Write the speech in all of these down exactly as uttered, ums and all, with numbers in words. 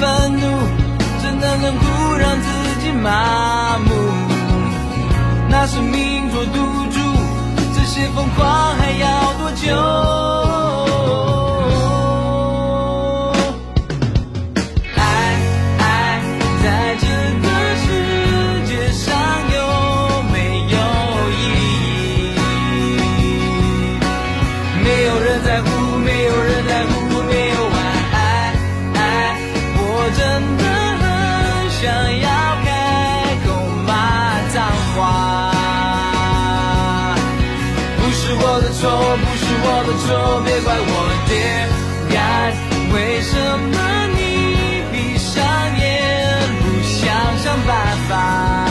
愤怒，真的能够让自己麻木。拿生命做赌注，这些疯狂还要多久？说别怪我 Dear God， 为什么你闭上眼不想想办法，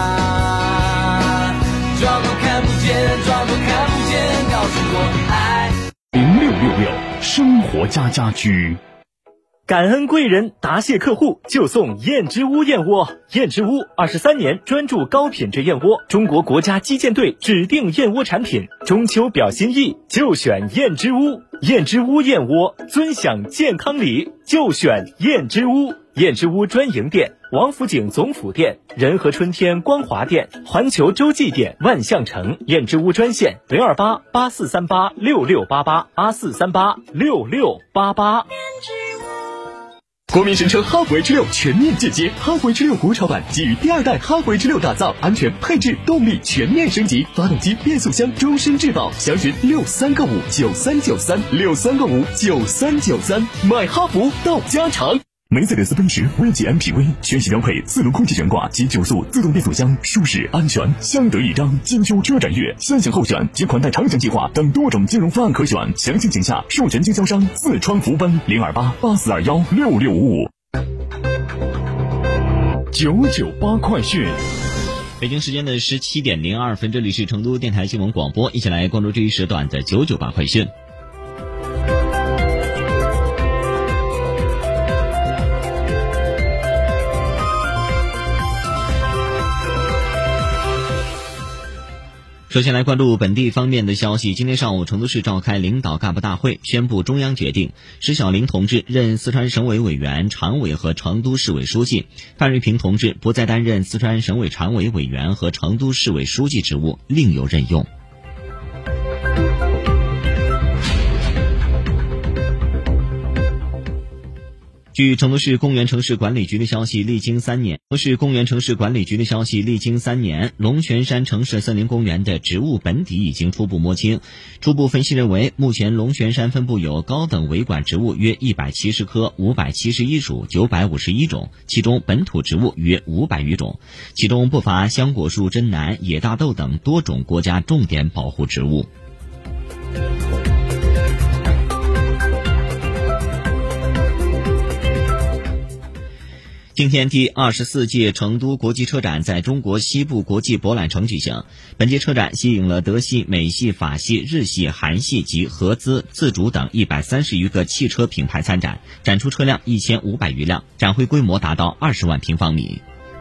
装作看不见，装作看不见，告诉我爱。 零六六六生活家家居， 感恩贵人，答谢客户，就送燕之屋燕窝。燕之屋二十三年专注高品质燕窝，中国国家击剑队指定燕窝产品。中秋表心意，就选燕之屋。燕之屋燕窝，尊享健康礼，就选燕之屋。燕之屋专营店：王府井总府店、仁和春天光华店、环球洲际店、万象城。燕之屋专线：零二八八四三八六六八八八四三八六六八八。 国民神车哈弗 H 六全面进阶，哈弗 H 六国潮版基于第二代哈弗 H 六打造，安全配置动力全面升级，发动机变速箱终身质保，详询六三个五九三九三六三个五九三九三，买哈弗到家常。梅赛德斯奔驰 V 级 M P V 全系标配四轮空气悬挂及九速自动变速箱，舒适安全，相得益彰。金秋车展月，三享候选及款待长享计划等多种金融方案可选，详情请洽授权经销商四川福奔零二八八四二幺六六五五。九九八快讯。 北京时间的十七点零二分，这里是成都电台新闻广播，一起来关注这一时段的九九八快讯。首先来关注本地方面的消息。今天上午，成都市召开领导干部大会，宣布中央决定石小玲同志任四川省委委员、常委和成都市委书记，范瑞平同志不再担任四川省委常委委员和成都市委书记职务，另有任用。据成都市公园城市管理局的消息，历经三年，成都市公园城市管理局的消息，历经三年，龙泉山城市森林公园的植物本体已经初步摸清。初步分析认为，目前龙泉山分布有高等维管植物约一百七十棵，五百七十一属，九百五十一种，其中本土植物约五百余种，其中不乏香果树、真楠、野大豆等多种国家重点保护植物。今天第二十四届成都国际车展在中国西部国际博览城举行。本届车展吸引了德系、美系、法系、日系、韩系及合资、自主等一百三十余个汽车品牌参展，展出车辆一千五百余辆，展会规模达到二十万平方米。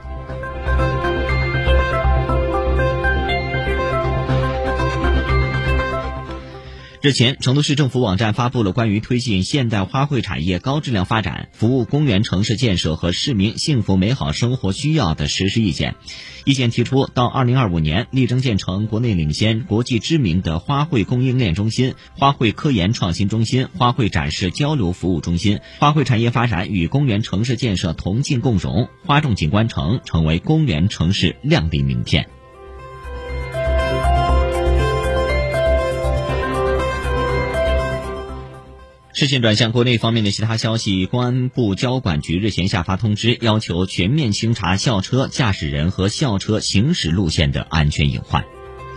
日前，成都市政府网站发布了关于推进现代花卉产业高质量发展、服务公园城市建设和市民幸福美好生活需要的实施意见。意见提出，到二零二五年，力争建成国内领先、国际知名的花卉供应链中心、花卉科研创新中心、花卉展示交流服务中心，花卉产业发展与公园城市建设同进共荣，花重景观城成为公园城市亮丽名片。视线转向国内方面的其他消息，公安部交管局日前下发通知，要求全面清查校车驾驶人和校车行驶路线的安全隐患。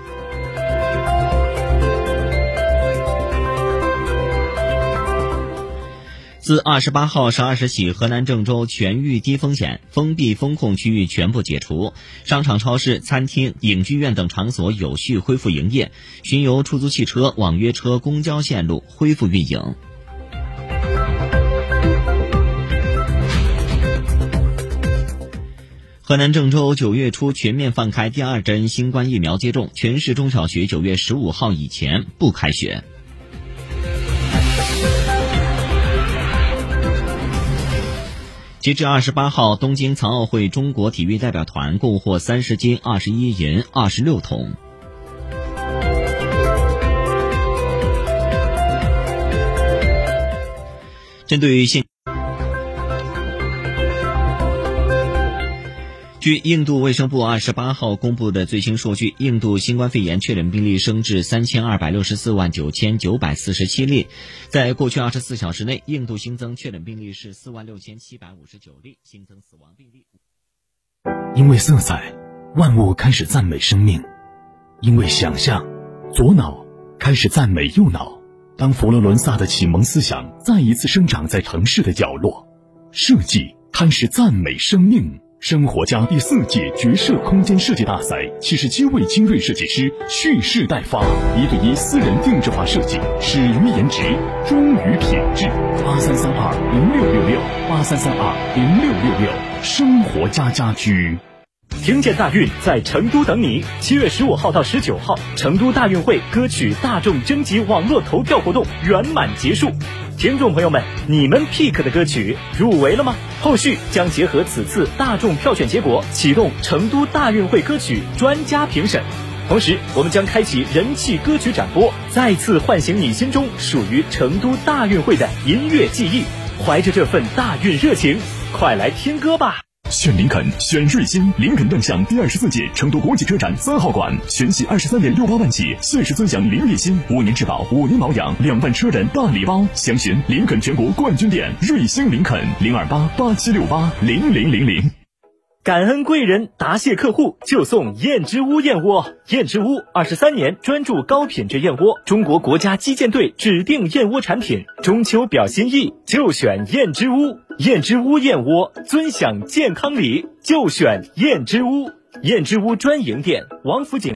自二十八号十二时起，河南郑州全域低风险，封闭风控区域全部解除，商场、超市、餐厅、影剧院等场所有序恢复营业，巡游出租汽车、网约车、公交线路恢复运营。河南郑州九月初全面放开第二针新冠疫苗接种，全市中小学九月十五号以前不开学。 截至二十八号，东京残奥会中国体育代表团共获三十金、二十一银、二十六铜。针对现据印度卫生部二十八号公布的最新数据，印度新冠肺炎确诊病例升至三千二百六十四万九千九百四十七例。在过去二十四小时内，印度新增确诊病例是四万六千七百五十九例，新增死亡病例。 因为色彩，万物开始赞美生命；因为想象，左脑开始赞美右脑。当佛罗伦萨的启蒙思想再一次生长在城市的角落，设计开始赞美生命。生活家第四届角色空间设计大赛，七十七位精锐设计师蓄势待发，一对一私人定制化设计，始于颜值，忠于品质。八三三二零六六六，八三三二零六六六，生活家家居。 听见大运在成都等你。七月十五号到十九号，成都大运会歌曲大众征集网络投票活动圆满结束。听众朋友们，你们 pick 的歌曲入围了吗？后续将结合此次大众票选结果，启动成都大运会歌曲专家评审。同时，我们将开启人气歌曲展播，再次唤醒你心中属于成都大运会的音乐记忆。怀着这份大运热情，快来听歌吧！ 选林肯，选瑞星。林肯亮相第二十四届成都国际车展三号馆，全系二十三点六八万起，限时尊享零月薪，五年质保，五年保养，两万车人大礼包。详询林肯全国冠军店瑞星林肯零二八八七六八零零零零。 感恩贵人，答谢客户就送燕之屋燕窝。燕之屋二十三年专注高品质燕窝，中国国家击剑队指定燕窝产品。中秋表心意，就选燕之屋。燕之屋燕窝，尊享健康礼，就选燕之屋。燕之屋专营店：王府井。